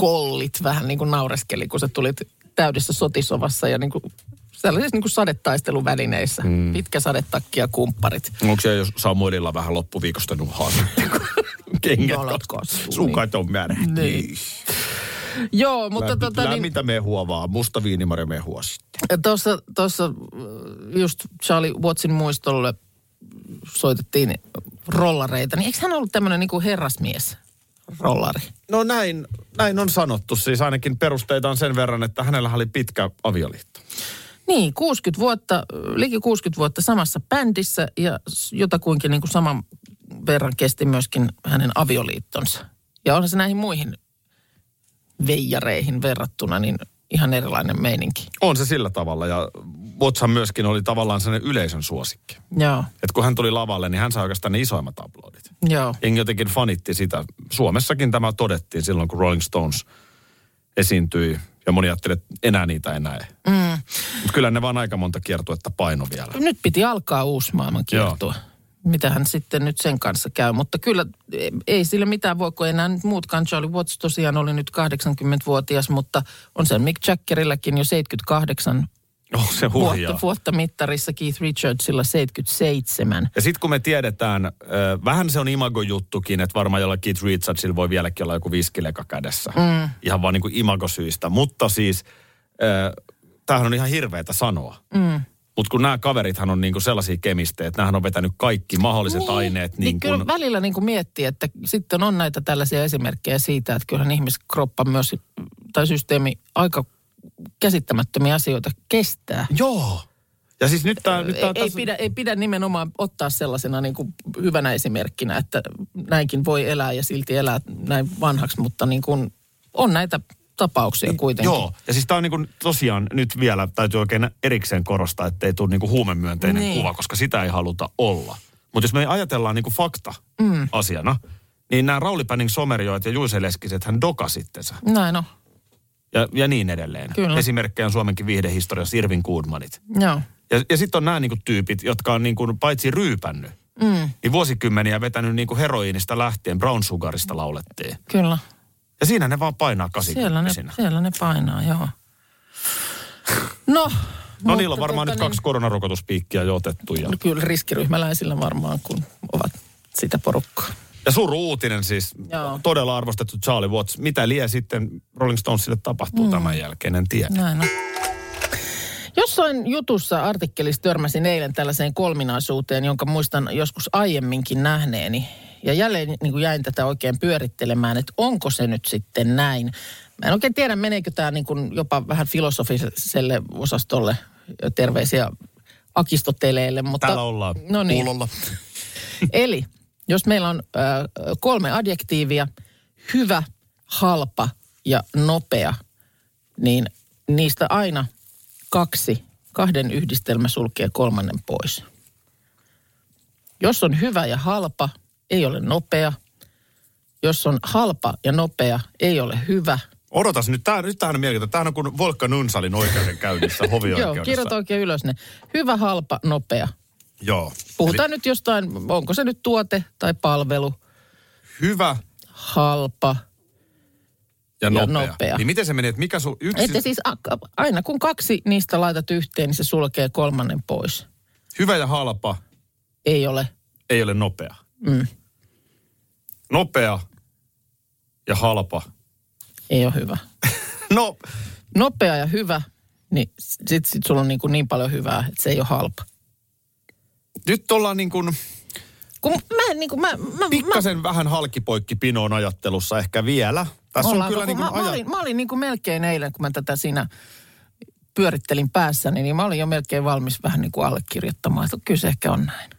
Speaker 4: kollit vähän niin kuin naureskeli, kun sä tulit täydessä sotisovassa ja niin kuin sellaisissa niin kuin sadetaisteluvälineissä. Mm. Pitkä sadetakki ja kumpparit.
Speaker 3: Onko se, jos Samuelilla vähän loppuviikosta nuhaa sitten, kun kengät
Speaker 4: kastuu.
Speaker 3: Sukat on märät.
Speaker 4: Niin. Joo, mutta
Speaker 3: Lämmin,
Speaker 4: tota niin...
Speaker 3: Lämmintä mehua vaan, musta viinimarja mehua sitten.
Speaker 4: Tuossa, tuossa just Charlie Wattsin muistolle soitettiin rollareita, niin eikö hän ollut tämmöinen niin kuin herrasmies rollari?
Speaker 3: No näin, näin on sanottu, siis ainakin perusteita on sen verran, että hänellä oli pitkä avioliitto.
Speaker 4: Niin, kuusikymmentä vuotta, liki kuusikymmentä vuotta samassa bändissä ja jotakuinkin niin kuin saman verran kesti myöskin hänen avioliittonsa. Ja onhan se näihin muihin veijareihin verrattuna niin ihan erilainen meininki.
Speaker 3: On se sillä tavalla ja Wattshan myöskin oli tavallaan sellainen yleisön suosikki.
Speaker 4: Joo.
Speaker 3: Että kun hän tuli lavalle, niin hän sai oikeastaan ne isoimmat aplodit.
Speaker 4: Joo.
Speaker 3: Jengi jotenkin fanitti sitä. Suomessakin tämä todettiin silloin, kun Rolling Stones esiintyi. Ja moni ajatteli, että enää niitä ei näe. Mm. Mutta kyllä ne vaan aika monta kiertuetta paino vielä.
Speaker 4: Nyt piti alkaa uusi maailman kiertua. Mitähän sitten nyt sen kanssa käy. Mutta kyllä ei sille mitään voi, kun enää nyt muutkaan. Charlie Watts tosiaan oli nyt kahdeksankymmentävuotias, mutta on sen Mick Jaggerilläkin jo seitsemänkymmentäkahdeksan
Speaker 3: oh, se
Speaker 4: vuotta, vuotta mittarissa, Keith Richardsilla seitsemänkymmentäseitsemän.
Speaker 3: Ja sitten kun me tiedetään, äh, vähän se on imago-juttukin, että varmaan jolla Keith Richardsilla voi vieläkin olla joku viskileka kädessä. Mm. Ihan vaan niin kuin imagosyistä. Mutta siis, äh, tämähän on ihan hirveätä sanoa. Mm. Mutta kun nämä kaverithan on niinku sellaisia kemistejä, että nämähän on vetänyt kaikki mahdolliset niin, aineet. Niin,
Speaker 4: niin
Speaker 3: kun...
Speaker 4: kyllä välillä niinku miettii, että sitten on näitä tällaisia esimerkkejä siitä, että kyllähän ihmiskroppa myös, tai systeemi aika käsittämättömiä asioita kestää.
Speaker 3: Joo. Ja siis nyt tämä... Nyt tää
Speaker 4: ei, taas... pidä, ei pidä nimenomaan ottaa sellaisena niinku hyvänä esimerkkinä, että näinkin voi elää ja silti elää näin vanhaksi, mutta niin kuin on näitä tapauksia kuitenkin.
Speaker 3: Joo, ja siis tämä on niin kuin tosiaan nyt vielä, täytyy oikein erikseen korostaa, että ei tule niin kuin huumemyönteinen niin. kuva, koska sitä ei haluta olla. Mutta jos me ajatellaan niin kuin fakta mm. asiana, niin nämä Rauli Pänning somerjoit ja Juise Leskiset hän dokasittensa.
Speaker 4: Näin on.
Speaker 3: Ja, ja niin edelleen.
Speaker 4: Kyllä.
Speaker 3: Esimerkkejä on Suomenkin viihdehistoriassa Irvin Goodmanit.
Speaker 4: Joo.
Speaker 3: Ja, ja sitten on nämä niin kuin tyypit, jotka on niin kuin paitsi ryypännyt, mm. niin vuosikymmeniä vetänyt niin kuin heroiinista lähtien, Brown Sugarista laulettiin.
Speaker 4: Kyllä.
Speaker 3: Ja siinä ne vaan painaa kasikymmentäisinä.
Speaker 4: Siellä ne, siellä ne painaa, joo. No,
Speaker 3: no niillä on varmaan nyt kaksi niin, koronarokotuspiikkiä jo otettu. Ja...
Speaker 4: No kyllä riskiryhmäläisillä varmaan, kun ovat sitä porukkaa.
Speaker 3: Ja suru-uutinen siis, joo. Todella arvostettu Charlie Watts. Mitä lie sitten Rolling Stonesille tapahtuu mm. tämän jälkeen, en tiedä.
Speaker 4: Näin on. Jossain jutussa artikkelissa törmäsin eilen tällaiseen kolminaisuuteen, jonka muistan joskus aiemminkin nähneeni. Ja jälleen niin kuin jäin tätä oikein pyörittelemään, että onko se nyt sitten näin. Mä en oikein tiedä, meneekö tämä niin kuin jopa vähän filosofiselle osastolle, terveisiä Akistoteleille. Mutta,
Speaker 3: täällä ollaan
Speaker 4: no niin.
Speaker 3: kuulolla.
Speaker 4: Eli jos meillä on äh, kolme adjektiivia, hyvä, halpa ja nopea, niin niistä aina kaksi, kahden yhdistelmä sulkee kolmannen pois. Jos on hyvä ja halpa, ei ole nopea. Jos on halpa ja nopea, ei ole hyvä.
Speaker 3: Odotas nyt, tää, nyt tähän on mielenkiintoista. Tämähän on kuin Volkka Nunsalin oikeudenkäynnissä, hovioikeudessa.
Speaker 4: Joo, kirjoita oikein ylös ne. Hyvä, halpa, nopea.
Speaker 3: Joo.
Speaker 4: Puhutaan Eli... nyt jostain, onko se nyt tuote tai palvelu?
Speaker 3: Hyvä.
Speaker 4: Halpa.
Speaker 3: Ja nopea.
Speaker 4: Ja nopea.
Speaker 3: Niin miten se menee, että mikä sun yksi...
Speaker 4: Että siis aina kun kaksi niistä laitat yhteen, niin se sulkee kolmannen pois.
Speaker 3: Hyvä ja halpa.
Speaker 4: Ei ole.
Speaker 3: Ei ole nopea.
Speaker 4: Mm.
Speaker 3: Nopea ja halpa.
Speaker 4: Ei ole hyvä.
Speaker 3: No.
Speaker 4: Nopea ja hyvä, niin sit, sit sulla on niin, kuin niin paljon hyvää, että se ei ole halpa.
Speaker 3: Nyt ollaan niin kuin...
Speaker 4: Kun mä niin kuin mä... mä
Speaker 3: pikkasen
Speaker 4: mä...
Speaker 3: vähän halkipoikki pinoon ajattelussa ehkä vielä. Tässä on kyllä niin kuin
Speaker 4: mä,
Speaker 3: ajat...
Speaker 4: mä olin, mä olin niin kuin melkein eilen, kun mä tätä siinä pyörittelin päässäni, niin mä olin jo melkein valmis vähän niin kuin allekirjoittamaan, että kyllä se ehkä on näin.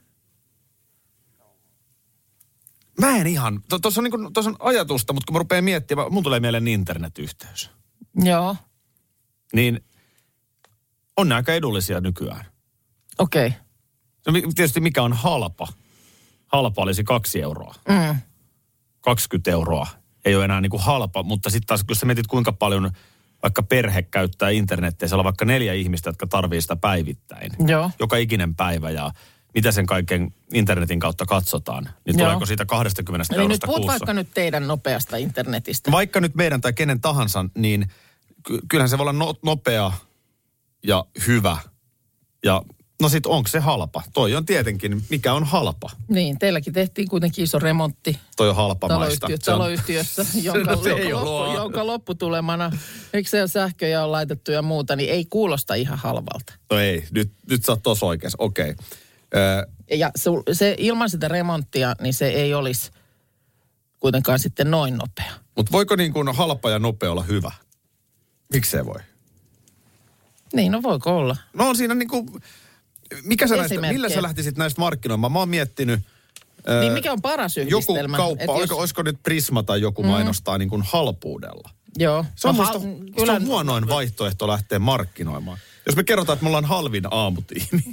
Speaker 3: Mä en ihan, tuossa on, niin on ajatusta, mutta kun mä rupean miettimään, mun tulee mieleen internetyhteys.
Speaker 4: Joo.
Speaker 3: Niin on ne aika edullisia nykyään.
Speaker 4: Okei. Okay.
Speaker 3: No tietysti mikä on halpa? Halpa olisi kaksi euroa.
Speaker 4: Mm.
Speaker 3: kaksikymmentä euroa. Ei ole enää niin kuin halpa, mutta sitten taas kun sä mietit kuinka paljon vaikka perhe käyttää internettiä, siellä on vaikka neljä ihmistä, jotka tarvii sitä päivittäin.
Speaker 4: Joo.
Speaker 3: Joka ikinen päivä ja mitä sen kaiken internetin kautta katsotaan, niin Joo. tuleeko siitä kaksikymmentä
Speaker 4: Eli
Speaker 3: eurosta
Speaker 4: nyt puhut
Speaker 3: kuussa?
Speaker 4: vaikka nyt teidän nopeasta internetistä.
Speaker 3: Vaikka nyt meidän tai kenen tahansa, niin ky- kyllähän se voi olla no- nopea ja hyvä. Ja no sit onko se halpa? Toi on tietenkin, mikä on halpa.
Speaker 4: Niin, teilläkin tehtiin kuitenkin iso remontti.
Speaker 3: Toi on halpamaista.
Speaker 4: Taloyhtiö, taloyhtiössä, jonka, no, jonka, loppu, jonka lopputulemana, eikö se sähköjä on laitettu ja muuta, niin ei kuulosta ihan halvalta.
Speaker 3: No ei, nyt, nyt sä oot tossa oikeassa, okei. Okay. Öö,
Speaker 4: ja se, se ilman sitä remonttia, niin se ei olisi kuitenkaan sitten noin nopea.
Speaker 3: Mutta voiko niin kuin halpa ja nopea olla hyvä? Miksi se voi?
Speaker 4: Niin, no voiko olla?
Speaker 3: No on siinä niin kuin, mikä sä näistä, millä sä lähtisit näistä markkinoimaan? Mä oon miettinyt.
Speaker 4: Niin öö, mikä on paras yhdistelmä?
Speaker 3: Joku kauppa, olisiko, jos... olisiko nyt Prisma tai joku mm. mainostaa niin kuin halpuudella?
Speaker 4: Joo.
Speaker 3: Se on, no, musta, hal... musta kyllä... on huonoin vaihtoehto lähteä markkinoimaan. Jos me kerrotaan, että me ollaan halvin aamutiimi.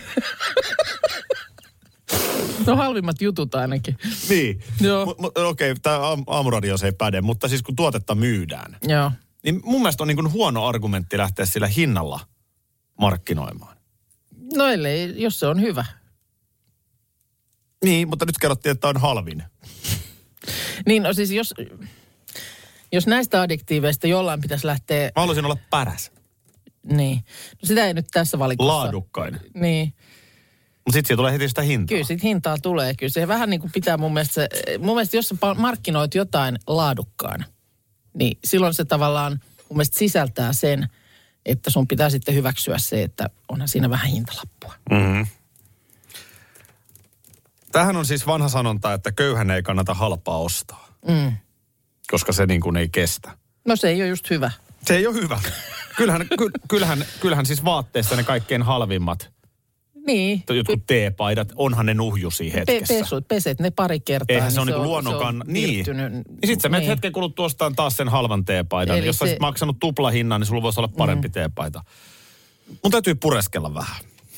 Speaker 4: No halvimmat jutut ainakin.
Speaker 3: Niin. Joo. M- m- Okei, okay, tämä aam- aamuradio se ei päde, mutta siis kun tuotetta myydään.
Speaker 4: Joo.
Speaker 3: Niin mun mielestä on niin kuin huono argumentti lähteä sillä hinnalla markkinoimaan.
Speaker 4: No ellei, jos se on hyvä.
Speaker 3: Niin, mutta nyt kerrottiin, että on halvin.
Speaker 4: Niin, no siis jos, jos näistä addiktiiveista jollain pitäisi lähteä...
Speaker 3: Mä haluaisin olla paras.
Speaker 4: Niin. No sitä ei nyt tässä valikossa.
Speaker 3: Laadukkain.
Speaker 4: Niin.
Speaker 3: Mutta sitten siitä tulee heti sitä hintaa.
Speaker 4: Kyllä siitä hintaa tulee. Kyllä se vähän niin kuin pitää mun mielestä... Se, mun mielestä jos sä markkinoit jotain laadukkaana, niin silloin se tavallaan mun mielestä sisältää sen, että sun pitää sitten hyväksyä se, että onhan siinä vähän hintalappua.
Speaker 3: Mm-hmm. Tämähän on siis vanha sanonta, että köyhän ei kannata halpaa ostaa.
Speaker 4: Mm.
Speaker 3: Koska se niin kuin ei kestä.
Speaker 4: No se ei ole just hyvä.
Speaker 3: Se ei ole hyvä. Kyllähän, ky, kyllähän, kyllähän siis vaatteessa ne kaikkein halvimmat.
Speaker 4: Niin.
Speaker 3: Jotkut teepaidat, onhan ne nuhjusia hetkessä.
Speaker 4: Pe- pesut, peset ne pari kertaa.
Speaker 3: Eihän se
Speaker 4: niin
Speaker 3: ole niin kuin luonnonkanna. Niin. Niin sit sä menet niin. hetken kuluttua ostaan taas sen halvan teepaidan. Eli jos sä se... olisit maksanut tuplahinnan, niin sulla voisi olla parempi mm. teepaita. Mun täytyy pureskella vähän.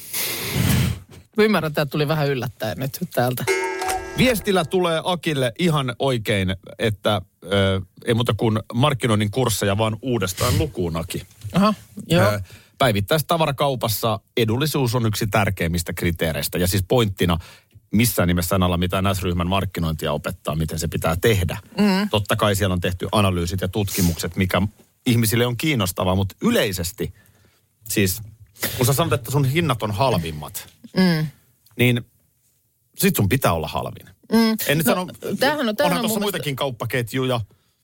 Speaker 4: Ymmärrän, että tuli vähän yllättäen nyt täältä.
Speaker 3: Viestillä tulee Akille ihan oikein, että ö, ei muuta kuin markkinoinnin kursseja, vaan uudestaan lukuun, Aki.
Speaker 4: Aha, joo. Ö,
Speaker 3: Päivittäistavarakaupassa edullisuus on yksi tärkeimmistä kriteereistä. Ja siis pointtina missään nimessä sanalla mitään S-ryhmän markkinointia opettaa, miten se pitää tehdä. Mm. Totta kai siellä on tehty analyysit ja tutkimukset, mikä ihmisille on kiinnostavaa, mutta yleisesti, siis kun sä sanot, että sun hinnat on halvimmat, mm. niin sit sun pitää olla halvin. Mm. En nyt no, sano, tämähän on, tämähän onhan tuossa on muitakin mielestä... kauppaketjuja,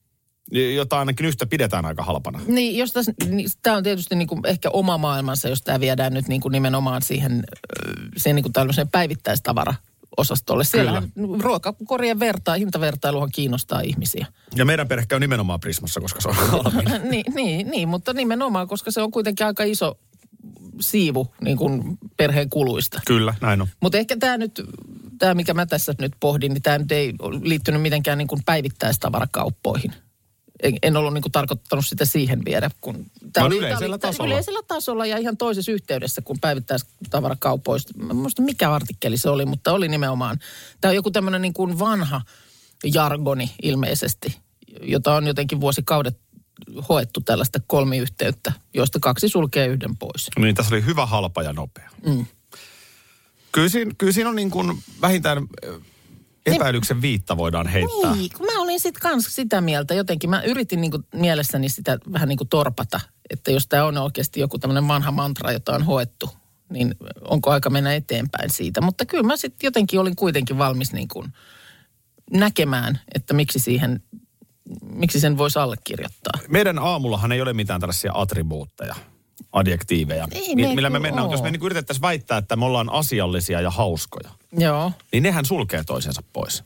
Speaker 3: jota ainakin yhtä pidetään aika halpana.
Speaker 4: Niin, jos tässä, niin, tämä on tietysti niin kuin ehkä oma maailmansa, jos tämä viedään nyt niin kuin nimenomaan siihen, siihen niin kuin tällaiseen päivittäistavara-osastolle. Siellä ruokakorien vertaa, hintavertailuhan kiinnostaa ihmisiä.
Speaker 3: Ja meidän perhe käy nimenomaan Prismassa, koska se on halvin.
Speaker 4: niin, niin, niin, mutta nimenomaan, koska se on kuitenkin aika iso siivu niin kuin perheen kuluista.
Speaker 3: Kyllä, näin on.
Speaker 4: Mutta ehkä tämä nyt, tämä mikä mä tässä nyt pohdin, niin tämä nyt ei liittynyt mitenkään niin kuin päivittäistavarakauppoihin. En, en ollut niin kuin tarkoittanut sitä siihen viedä, kun...
Speaker 3: Tämä oli yleisellä tasolla.
Speaker 4: Yleisellä tasolla ja ihan toisessa yhteydessä kuin päivittäistavarakaupoista. Mä muistan, mikä artikkeli se oli, mutta oli nimenomaan... Tämä on joku tämmöinen niin kuin vanha jargoni ilmeisesti, jota on jotenkin vuosikaudet hoettu tällaista kolmiyhteyttä, joista kaksi sulkee yhden pois.
Speaker 3: Niin, tässä oli hyvä, halpa ja nopea. Mm. Kyllä, siinä, kyllä siinä on niin kuin vähintään... Epäilyksen viitta voidaan heittää.
Speaker 4: Niin, kun mä olin sitten kanssa sitä mieltä jotenkin. Mä yritin niinku mielessäni sitä vähän niinku torpata, että jos tämä on oikeasti joku tämmöinen vanha mantra, jota on hoettu, niin onko aika mennä eteenpäin siitä. Mutta kyllä mä sitten jotenkin olin kuitenkin valmis niinku näkemään, että miksi siihen, miksi sen voisi allekirjoittaa.
Speaker 3: Meidän aamullahan ei ole mitään tällaisia attribuutteja, adjektiiveja, ei, mi- millä me mennään. Ole. Jos me niin yritettäisiin väittää, että me ollaan asiallisia ja hauskoja,
Speaker 4: joo,
Speaker 3: niin nehän sulkee toisensa pois.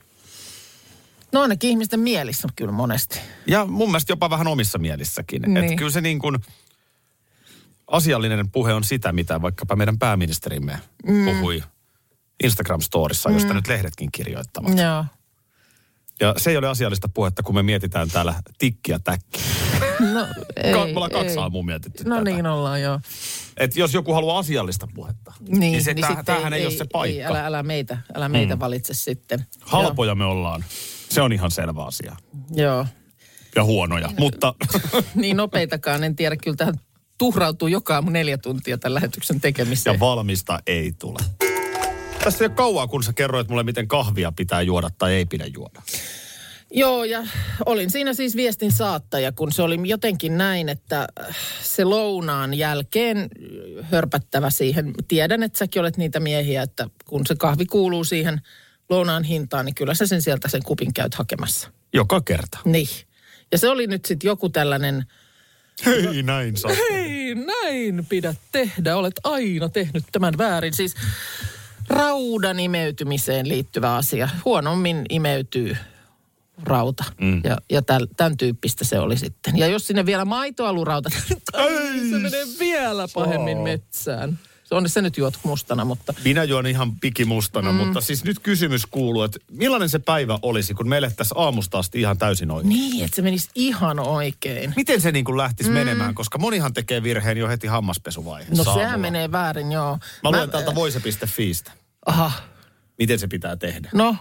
Speaker 4: No ainakin ihmisten mielissä kyllä monesti.
Speaker 3: Ja mun mielestä jopa vähän omissa mielissäkin. Niin. Että kyllä se niin kuin asiallinen puhe on sitä, mitä vaikkapa meidän pääministerimme mm. puhui Instagram-storissa, josta mm. nyt lehdetkin kirjoittavat.
Speaker 4: Joo.
Speaker 3: Ja se ei ole asiallista puhetta, kun me mietitään täällä tikki ja täkki.
Speaker 4: No ei,
Speaker 3: Ka- me ollaan kaksi aamua mietitty
Speaker 4: No
Speaker 3: tätä.
Speaker 4: niin ollaan, joo.
Speaker 3: Et jos joku haluaa asiallista puhetta, niin, niin, se, niin täh, tämähän ei, ei ole se paikka.
Speaker 4: Ei, älä, älä meitä, älä meitä mm. valitse sitten.
Speaker 3: Halpoja joo. me ollaan. Se on ihan selvä asia.
Speaker 4: Joo.
Speaker 3: Ja huonoja, mutta...
Speaker 4: Niin nopeitakaan, en tiedä. Kyllä tähän tuhrautuu joka aamu neljä tuntia tämän lähetyksen tekemiseen.
Speaker 3: Ja valmista ei tule. Tässä ei ole kauaa, kun sä kerroit mulle, miten kahvia pitää juoda tai ei pidä juoda.
Speaker 4: Joo, ja olin siinä siis viestin saattaja, kun se oli jotenkin näin, että se lounaan jälkeen hörpättävä siihen. Tiedän, että säkin olet niitä miehiä, että kun se kahvi kuuluu siihen lounaan hintaan, niin kyllä sä sen sieltä sen kupin käyt hakemassa.
Speaker 3: Joka kerta.
Speaker 4: Niin. Ja se oli nyt sitten joku tällainen...
Speaker 3: Hei, näin saa.
Speaker 4: Hei, näin pidä tehdä. Olet aina tehnyt tämän väärin. Siis raudan imeytymiseen liittyvä asia. Huonommin imeytyy rauta. Mm. Ja, ja täl, tämän tyyppistä se oli sitten. Ja jos sinne vielä maitoalurauta, ai, se menee vielä pahemmin metsään. Se on se nyt juot mustana, mutta...
Speaker 3: Minä juon ihan pikimustana, mm. mutta siis nyt kysymys kuuluu, että millainen se päivä olisi, kun meille tässä aamusta asti ihan täysin oikein?
Speaker 4: Niin, että se menisi ihan oikein.
Speaker 3: Miten se niin kuin lähtisi mm. menemään, koska monihan tekee virheen jo heti hammaspesuvaiheessa.
Speaker 4: No sehän menee väärin, joo.
Speaker 3: Mä luen Mä, täältä voise piste fiistä.
Speaker 4: Aha.
Speaker 3: Miten se pitää tehdä?
Speaker 4: No?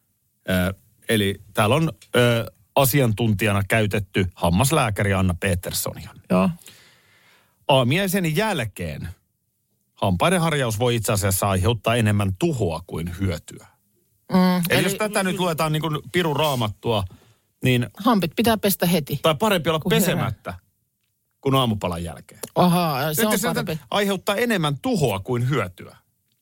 Speaker 3: Ö, eli täällä on ö, asiantuntijana käytetty hammaslääkäri Anna Petersonia.
Speaker 4: Joo.
Speaker 3: Aamiaisen jälkeen hampaiden harjaus voi itse asiassa aiheuttaa enemmän tuhoa kuin hyötyä.
Speaker 4: Mm,
Speaker 3: eli, eli jos tätä
Speaker 4: eli,
Speaker 3: nyt luetaan niin kuin pirun raamattua, niin...
Speaker 4: Hampit pitää pestä heti.
Speaker 3: Tai parempi olla pesemättä herää. Kuin aamupalan jälkeen.
Speaker 4: Ahaa, se
Speaker 3: nyt
Speaker 4: on
Speaker 3: se
Speaker 4: parempi.
Speaker 3: Aiheuttaa enemmän tuhoa kuin hyötyä.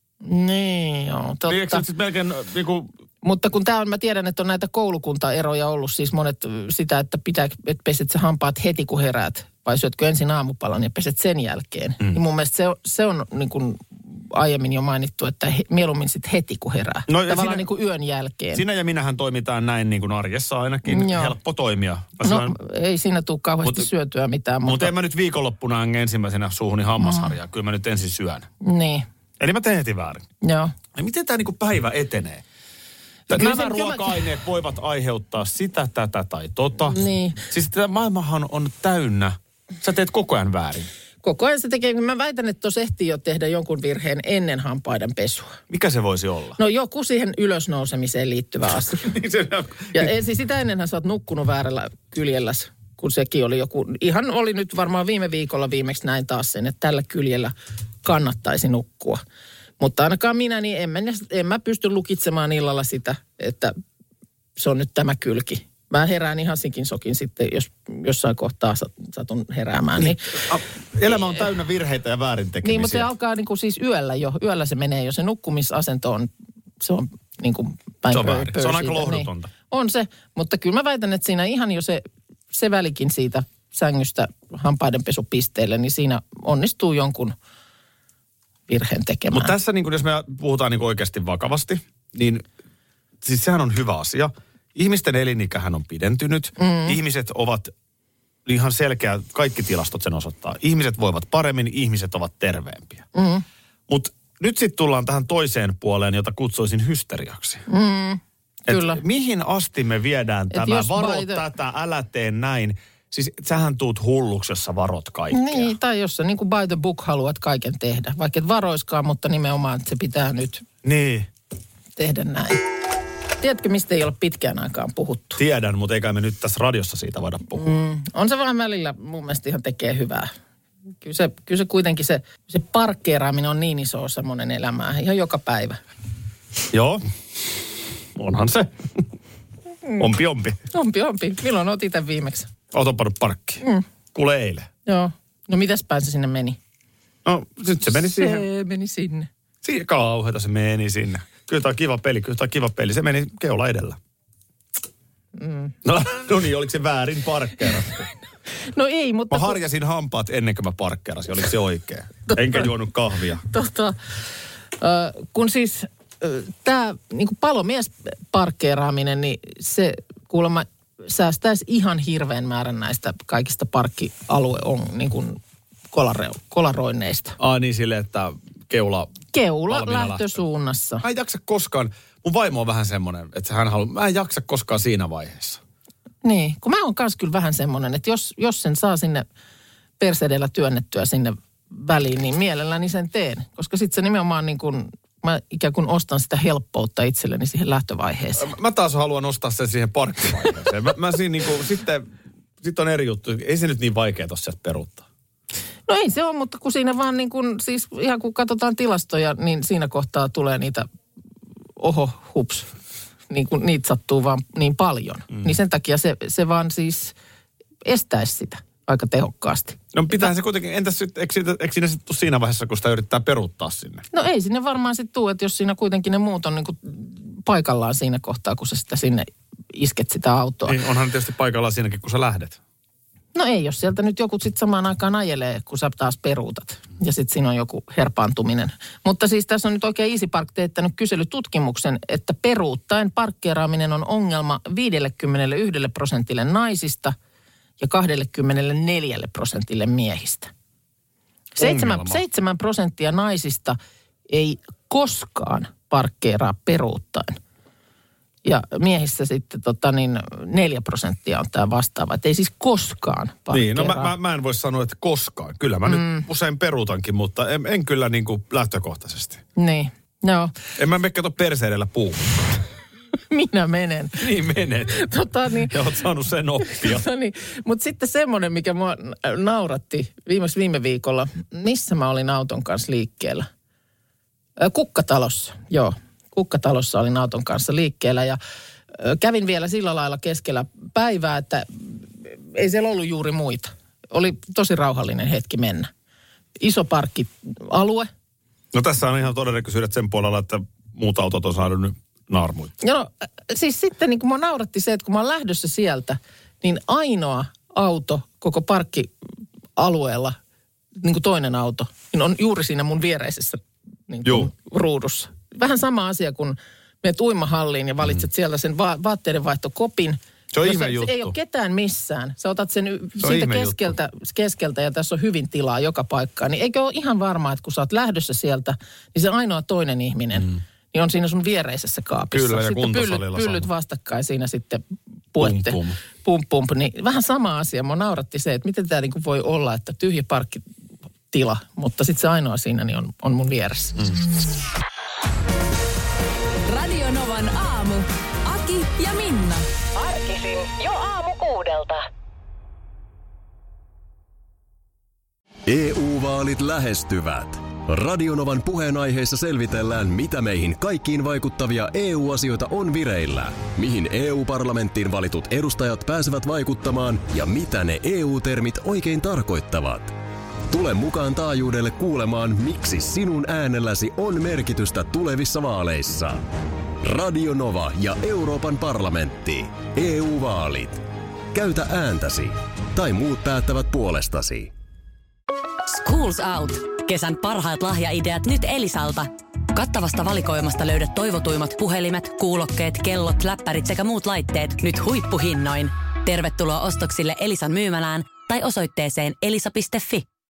Speaker 4: Niin, joo, totta.
Speaker 3: Niin, eikö sitten melkein niin kuin...
Speaker 4: Mutta kun tämä on, mä tiedän, että on näitä koulukuntaeroja ollut, siis monet sitä, että pitää, että peset sä hampaat heti kun heräät, vai syötkö ensin aamupalan ja peset sen jälkeen. Mm. Niin mun mielestä se on, se on niin kuin aiemmin jo mainittu, että he, mieluummin sitten heti kun herää. No, tavallaan sinä, niin kuin yön jälkeen.
Speaker 3: Sinä ja minähän toimitaan näin niin kuin arjessa ainakin. Joo. Helppo toimia. Mä
Speaker 4: no sain... ei siinä tule kauheasti mut, syötyä mitään. Mutta
Speaker 3: Mutta en mä nyt viikonloppuna ensimmäisenä suuhuni hammasharjaa. Mm. Kyllä mä nyt ensin syön.
Speaker 4: Niin.
Speaker 3: Eli mä teen heti väärin.
Speaker 4: Joo.
Speaker 3: Ja miten tämä niin kuin päivä etenee? Nämä sen, ruoka-aineet mä... voivat aiheuttaa sitä, tätä tai tota.
Speaker 4: Niin.
Speaker 3: Siis tämä maailmahan on täynnä. Sä teet koko ajan väärin.
Speaker 4: Koko ajan se tekee. Mä väitän, että tuossa ehtii jo tehdä jonkun virheen ennen hampaiden pesua.
Speaker 3: Mikä se voisi olla?
Speaker 4: No joku siihen ylösnousemiseen liittyvä asia. niin se on... Ja ensin sitä ennenhän sä oot nukkunut väärällä kyljelläs, kun sekin oli joku... Ihan oli nyt varmaan viime viikolla viimeksi näin taas sen, että tällä kyljellä kannattaisi nukkua. Mutta ainakaan minä, niin en mä, en mä pysty lukitsemaan illalla sitä, että se on nyt tämä kylki. Mä herään ihan sikin sokin sitten, jos jossain kohtaa satun heräämään. Niin,
Speaker 3: elämä on täynnä virheitä ja väärintekemisiä.
Speaker 4: Niin, mutta se alkaa niin kuin siis yöllä jo. Yöllä se menee jo. Se nukkumisasento on, se on niin kuin päin
Speaker 3: se on väärin. Se on aika lohdutonta.
Speaker 4: Niin, on se, mutta kyllä mä väitän, että siinä ihan jo se, se välikin siitä sängystä hampaidenpesupisteelle, niin siinä onnistuu jonkun virheen tekemään.
Speaker 3: Mutta tässä, niin kun, jos me puhutaan niin oikeasti vakavasti, niin siis sehän on hyvä asia. Ihmisten elinikähän on pidentynyt. Mm. Ihmiset ovat ihan selkeä, kaikki tilastot sen osoittaa. Ihmiset voivat paremmin, ihmiset ovat terveempiä. Mm. Mutta nyt sitten tullaan tähän toiseen puoleen, jota kutsuisin hysteriaksi.
Speaker 4: Mm. Kyllä.
Speaker 3: Mihin asti me viedään Et tämä, varo the... tätä, älä tee näin. Siis sähän tuut hulluksi, jos sä varot kaikkea.
Speaker 4: Niin, tai jos sä niin kuin by the book haluat kaiken tehdä. Vaikka et varoiskaan, mutta nimenomaan, että se pitää nyt
Speaker 3: niin.
Speaker 4: tehdä näin. Tiedätkö, mistä ei ole pitkään aikaan puhuttu?
Speaker 3: Tiedän, mutta eikä me nyt tässä radiossa siitä voida puhua. Mm,
Speaker 4: on se vaan välillä mun mielestä ihan tekee hyvää. Kyllä se, kyllä se kuitenkin se, se parkkeeraaminen on niin iso osa monen elämää. Ihan joka päivä.
Speaker 3: Joo, onhan se. Mm. Ompi, ompi.
Speaker 4: Ompi, ompi. Milloin oot itse viimeksi?
Speaker 3: Oot opannut parkkiin. Mm. Kuule eilen.
Speaker 4: Joo. No mitäs päin se sinne meni?
Speaker 3: No, nyt se meni siihen.
Speaker 4: Se meni sinne.
Speaker 3: Siinä kauheeta se meni sinne. Kyllä tämä on kiva peli, kyllä tämä on kiva peli. Se meni keula edellä. Mm. No, no niin, oliko se väärin parkkeerasta?
Speaker 4: No ei, mutta...
Speaker 3: Mä harjasin kun... hampaat ennen kuin mä parkkeerasin, oliko se oikein? Enkä juonut kahvia.
Speaker 4: Totta. Äh, kun siis äh, tämä niin palomies parkkeeraaminen, niin se kuulemma säästäisi ihan hirveän määrän näistä kaikista parkkialue on niin kuin kolareo, kolaroinneista.
Speaker 3: Aa niin silleen, että keula...
Speaker 4: Keula lähtösuunnassa.
Speaker 3: Mä en jaksa koskaan, mun vaimo on vähän semmoinen, että hän haluaa, mä en jaksa koskaan siinä vaiheessa.
Speaker 4: Niin, kun mä oon kans kyllä vähän semmoinen, että jos, jos sen saa sinne perseedellä työnnettyä sinne väliin, niin mielelläni sen teen. Koska sit se nimenomaan niin kuin, mä ikään kuin ostan sitä helppoutta itselleni siihen lähtövaiheeseen.
Speaker 3: Mä taas haluan ostaa sen siihen parkkivaiheeseen. mä, mä siinä niin kuin, sitten, sitten on eri juttu. Ei se nyt niin vaikea tossa peruuttaa.
Speaker 4: No ei se ole, mutta kun siinä vaan niin kuin, siis ihan kun katsotaan tilastoja, niin siinä kohtaa tulee niitä oho, hups, niin kuin niitä sattuu vaan niin paljon. Mm. Niin sen takia se, se vaan siis estäisi sitä aika tehokkaasti.
Speaker 3: No pitäähän se kuitenkin, entäs sitten, eikö, eikö siinä sitten tule siinä vaiheessa, kun sitä yrittää peruuttaa sinne?
Speaker 4: No ei sinne varmaan sitten tule, että jos siinä kuitenkin ne muut on niin kuin paikallaan siinä kohtaa, kun sä sitä sinne isket sitä autoa.
Speaker 3: Niin, onhan tietysti paikallaan siinäkin, kun sä lähdet.
Speaker 4: No ei, jos sieltä nyt joku sitten samaan aikaan ajelee, kun sä taas peruutat. Ja sitten siinä on joku herpaantuminen. Mutta siis tässä on nyt oikein Easy Park teettänyt kyselytutkimuksen, että peruuttaen parkkeeraaminen on ongelma viisikymmentäyksi prosentille naisista ja kaksikymmentäneljä prosentille miehistä. Seitsemän prosenttia naisista ei koskaan parkkeeraa peruuttaen. Ja miehissä sitten tota niin neljä prosenttia on tämä vastaava. Että ei siis koskaan parkkeeraa.
Speaker 3: Niin, no mä, mä, mä en voi sanoa, että koskaan. Kyllä mä mm. nyt usein peruutankin, mutta en, en kyllä niin kuin lähtökohtaisesti.
Speaker 4: Niin, no.
Speaker 3: En mä mene kato perseidellä puuhun.
Speaker 4: Minä menen.
Speaker 3: Niin menet.
Speaker 4: Tota, niin,
Speaker 3: ja oot saanut sen oppia.
Speaker 4: Tota, niin, mutta sitten semmoinen, mikä mua nauratti viimeksi viime viikolla. Missä mä olin auton kanssa liikkeellä? Kukkatalossa, joo. Kukkatalossa olin auton kanssa liikkeellä ja kävin vielä sillä lailla keskellä päivää, että ei siellä ollut juuri muita. Oli tosi rauhallinen hetki mennä. Iso parkkialue.
Speaker 3: No tässä on ihan todennäköisyydet sen puolella, että muut autot on saanut nyt naarmuita.
Speaker 4: No siis sitten niin kun mua nauratti se, että kun mä oon lähdössä sieltä, niin ainoa auto koko parkkialueella, niin kuin toinen auto, niin on juuri siinä mun viereisessä niin kuin ruudussa. Vähän sama asia, kun menet uimahalliin ja valitset mm. sieltä sen va- vaatteidenvaihtokopin.
Speaker 3: Se on ihme juttu.
Speaker 4: Ei ole ketään missään. Sä otat sen siitä keskeltä, keskeltä ja tässä on hyvin tilaa joka paikkaan. Niin eikö ole ihan varmaa, että kun sä oot lähdössä sieltä, niin se ainoa toinen ihminen, mm. niin on siinä sun viereisessä kaapissa.
Speaker 3: Kyllä, ja
Speaker 4: sitten pyllyt, pyllyt vastakkain siinä sitten puette. Pum, pum. Pum, pum. Niin vähän sama asia. Mua nauratti se, että miten tämä niin voi olla, että tyhjä parkkitila, mutta sitten se ainoa siinä niin on, on mun vieressä. Mm.
Speaker 2: Radio Novan aamu. Aki ja Minna.
Speaker 11: Arkisin jo aamu kuudelta.
Speaker 1: E U-vaalit lähestyvät. Radio Novan puheenaiheessa selvitellään, mitä meihin kaikkiin vaikuttavia E U-asioita on vireillä, mihin E U-parlamenttiin valitut edustajat pääsevät vaikuttamaan ja mitä ne E U-termit oikein tarkoittavat. Tule mukaan taajuudelle kuulemaan, miksi sinun äänelläsi on merkitystä tulevissa vaaleissa. Radio Nova ja Euroopan parlamentti. E U-vaalit. Käytä ääntäsi. Tai muut päättävät puolestasi.
Speaker 11: Schools Out. Kesän parhaat lahjaideat nyt Elisalta. Kattavasta valikoimasta löydät toivotuimmat puhelimet, kuulokkeet, kellot, läppärit sekä muut laitteet nyt huippuhinnoin. Tervetuloa ostoksille Elisan myymälään tai osoitteeseen elisa piste fi.